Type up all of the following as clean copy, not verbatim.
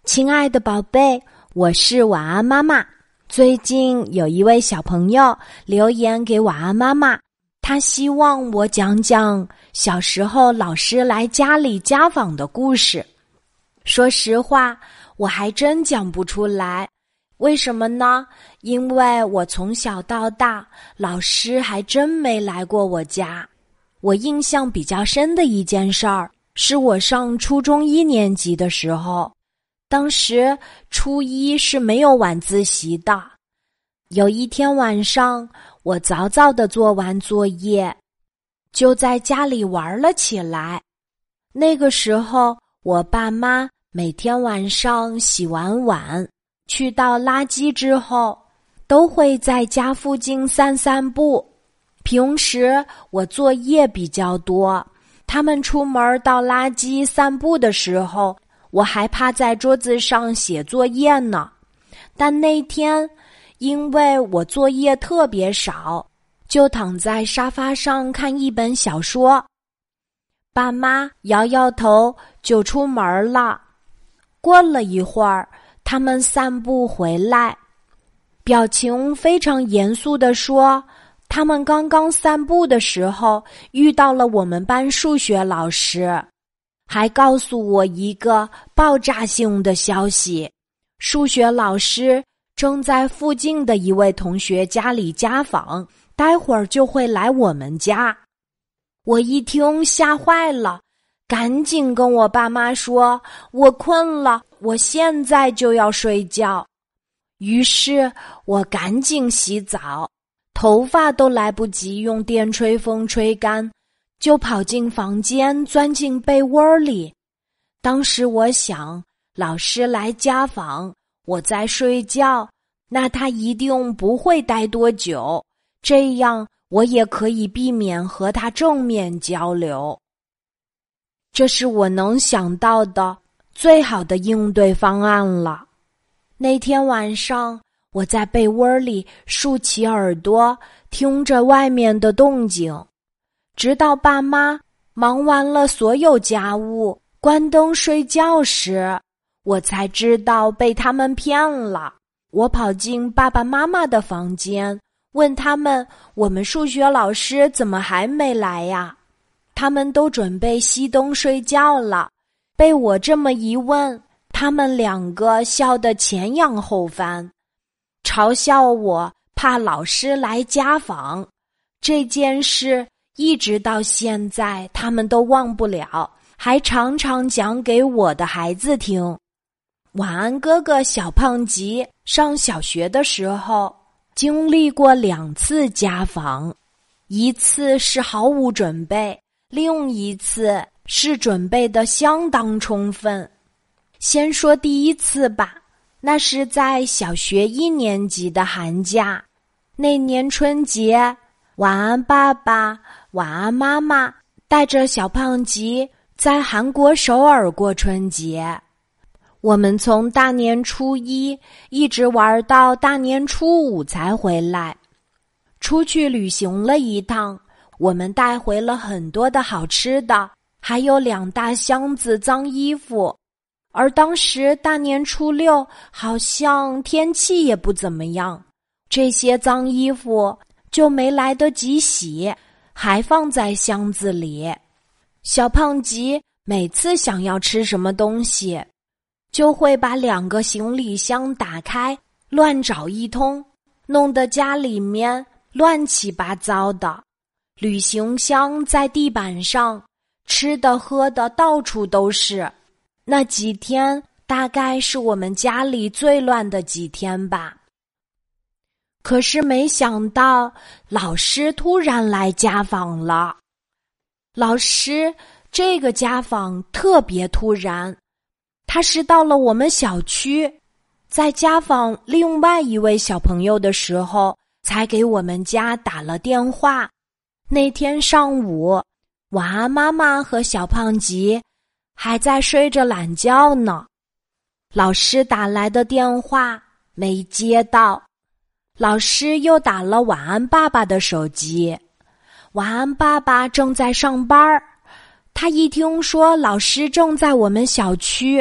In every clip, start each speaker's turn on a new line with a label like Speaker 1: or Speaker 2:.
Speaker 1: 亲爱的宝贝，我是晚安妈妈。最近有一位小朋友留言给晚安妈妈，他希望我讲讲小时候老师来家里家访的故事。说实话，我还真讲不出来。为什么呢？因为我从小到大，老师还真没来过我家。我印象比较深的一件事儿，是我上初中1年级的时候。当时初一是没有晚自习的。有一天晚上，我早早地做完作业，就在家里玩了起来。那个时候，我爸妈每天晚上洗完碗，去倒垃圾之后，都会在家附近散散步。平时我作业比较多，他们出门倒垃圾散步的时候，我还趴在桌子上写作业呢。但那天因为我作业特别少，就躺在沙发上看一本小说。爸妈摇摇头就出门了。过了一会儿，他们散步回来，表情非常严肃地说，他们刚刚散步的时候遇到了我们班数学老师，还告诉我一个爆炸性的消息，数学老师正在附近的一位同学家里家访，待会儿就会来我们家。我一听吓坏了，赶紧跟我爸妈说，我困了，我现在就要睡觉。于是我赶紧洗澡，头发都来不及用电吹风吹干，就跑进房间，钻进被窝里。当时我想，老师来家访，我在睡觉，那他一定不会待多久，这样我也可以避免和他正面交流。这是我能想到的最好的应对方案了。那天晚上，我在被窝里竖起耳朵，听着外面的动静，直到爸妈忙完了所有家务，关灯睡觉时，我才知道被他们骗了。我跑进爸爸妈妈的房间，问他们，我们数学老师怎么还没来呀？他们都准备熄灯睡觉了。被我这么一问，他们2个笑得前仰后翻，嘲笑我怕老师来家访。这件事一直到现在他们都忘不了，还常常讲给我的孩子听。晚安哥哥小胖吉上小学的时候，经历过2次家访，一次是毫无准备，另一次是准备得相当充分。先说第一次吧，那是在小学1年级的寒假。那年春节，晚安爸爸、晚安妈妈带着小胖吉在韩国首尔过春节。我们从大年初1一直玩到大年初5才回来。出去旅行了一趟，我们带回了很多的好吃的，还有2大箱子脏衣服。而当时大年初6好像天气也不怎么样，这些脏衣服就没来得及洗，还放在箱子里。小胖吉每次想要吃什么东西，就会把2个行李箱打开，乱找一通，弄得家里面乱七八糟的。旅行箱在地板上，吃的喝的到处都是。那几天大概是我们家里最乱的几天吧。可是没想到，老师突然来家访了。老师这个家访特别突然，他是到了我们小区，在家访另外一位小朋友的时候，才给我们家打了电话。那天上午，晚安妈妈和小胖吉还在睡着懒觉呢。老师打来的电话没接到，老师又打了晚安爸爸的手机。晚安爸爸正在上班，他一听说老师正在我们小区，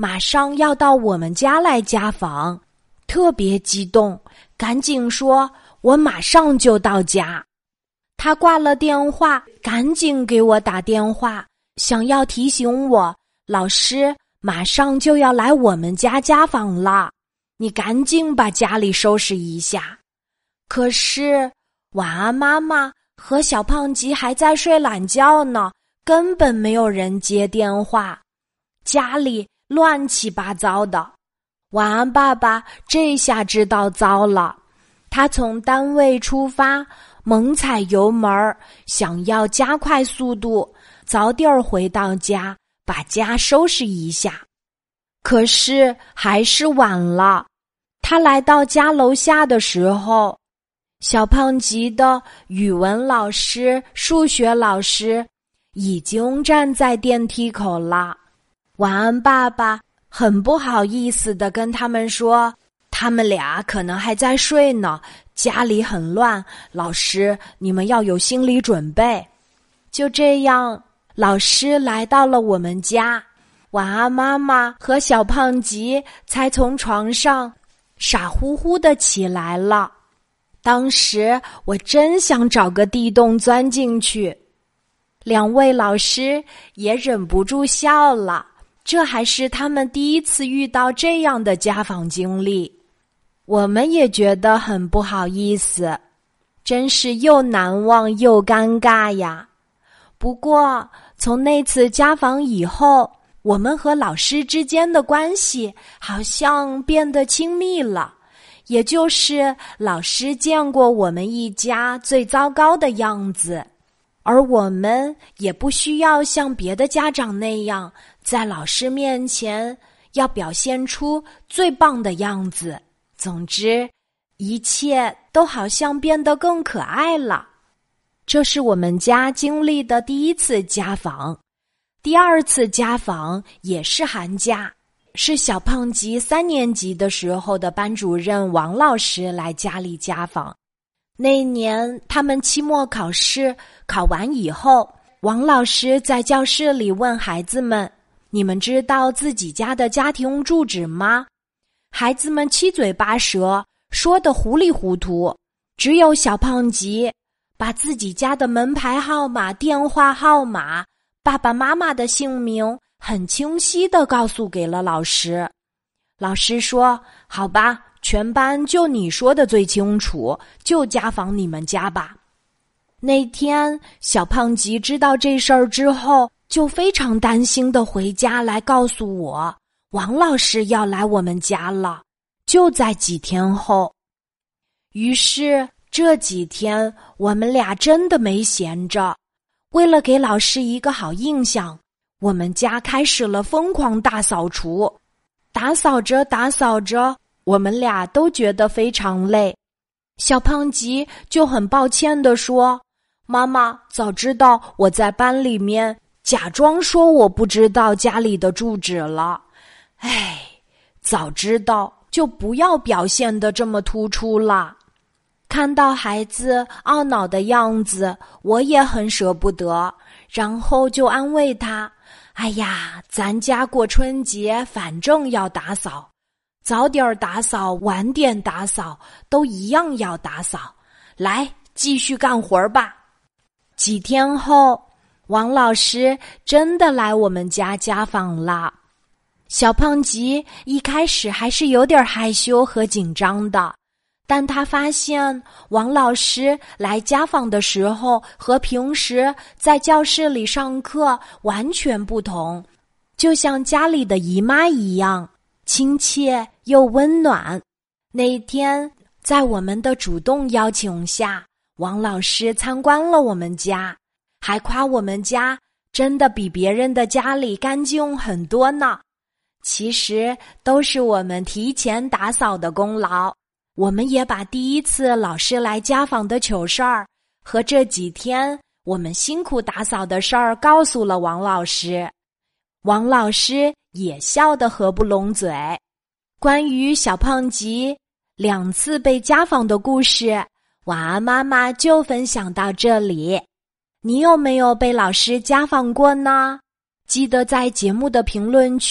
Speaker 1: 马上要到我们家来家访，特别激动，赶紧说我马上就到家。他挂了电话，赶紧给我打电话，想要提醒我，老师马上就要来我们家家访了，你赶紧把家里收拾一下。可是晚安妈妈和小胖吉还在睡懒觉呢，根本没有人接电话，家里乱七八糟的。晚安爸爸这下知道糟了，他从单位出发，猛踩油门，想要加快速度，早点回到家，把家收拾一下。可是还是晚了，他来到家楼下的时候，小胖吉的语文老师、数学老师已经站在电梯口了。晚安爸爸很不好意思地跟他们说，他们俩可能还在睡呢，家里很乱，老师你们要有心理准备。就这样，老师来到了我们家，晚安妈妈和小胖吉才从床上傻乎乎地起来了。当时我真想找个地洞钻进去，两位老师也忍不住笑了，这还是他们第一次遇到这样的家访经历。我们也觉得很不好意思，真是又难忘又尴尬呀。不过从那次家访以后，我们和老师之间的关系好像变得亲密了，也就是老师见过我们一家最糟糕的样子，而我们也不需要像别的家长那样在老师面前要表现出最棒的样子。总之，一切都好像变得更可爱了。这是我们家经历的第一次家访。第二次家访也是寒假，是小胖吉3年级的时候的班主任王老师来家里家访。那年他们期末考试考完以后，王老师在教室里问孩子们，你们知道自己家的家庭住址吗？孩子们七嘴八舌，说得糊里糊涂，只有小胖吉把自己家的门牌号码、电话号码、爸爸妈妈的姓名很清晰地告诉给了老师。老师说，好吧，全班就你说的最清楚，就家访你们家吧。那天小胖吉知道这事儿之后，就非常担心地回家来告诉我，王老师要来我们家了，就在几天后。于是这几天我们俩真的没闲着，为了给老师一个好印象，我们家开始了疯狂大扫除。打扫着打扫着，我们俩都觉得非常累。小胖吉就很抱歉地说，妈妈，早知道我在班里面假装说我不知道家里的住址了。唉，早知道就不要表现得这么突出了。看到孩子懊恼的样子，我也很舍不得，然后就安慰他，哎呀，咱家过春节反正要打扫，早点打扫晚点打扫都一样要打扫，来继续干活吧。几天后，王老师真的来我们家家访了。小胖吉一开始还是有点害羞和紧张的，但他发现王老师来家访的时候和平时在教室里上课完全不同，就像家里的姨妈一样，亲切又温暖。那一天，在我们的主动邀请下，王老师参观了我们家，还夸我们家真的比别人的家里干净很多呢。其实都是我们提前打扫的功劳。我们也把第一次老师来家访的糗事儿和这几天我们辛苦打扫的事儿告诉了王老师。王老师也笑得合不拢嘴。关于小胖吉2次被家访的故事，晚安妈妈就分享到这里。你有没有被老师家访过呢？记得在节目的评论区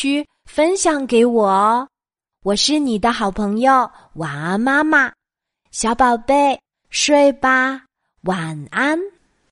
Speaker 1: 分享给我哦。我是你的好朋友，晚安妈妈。小宝贝，睡吧，晚安。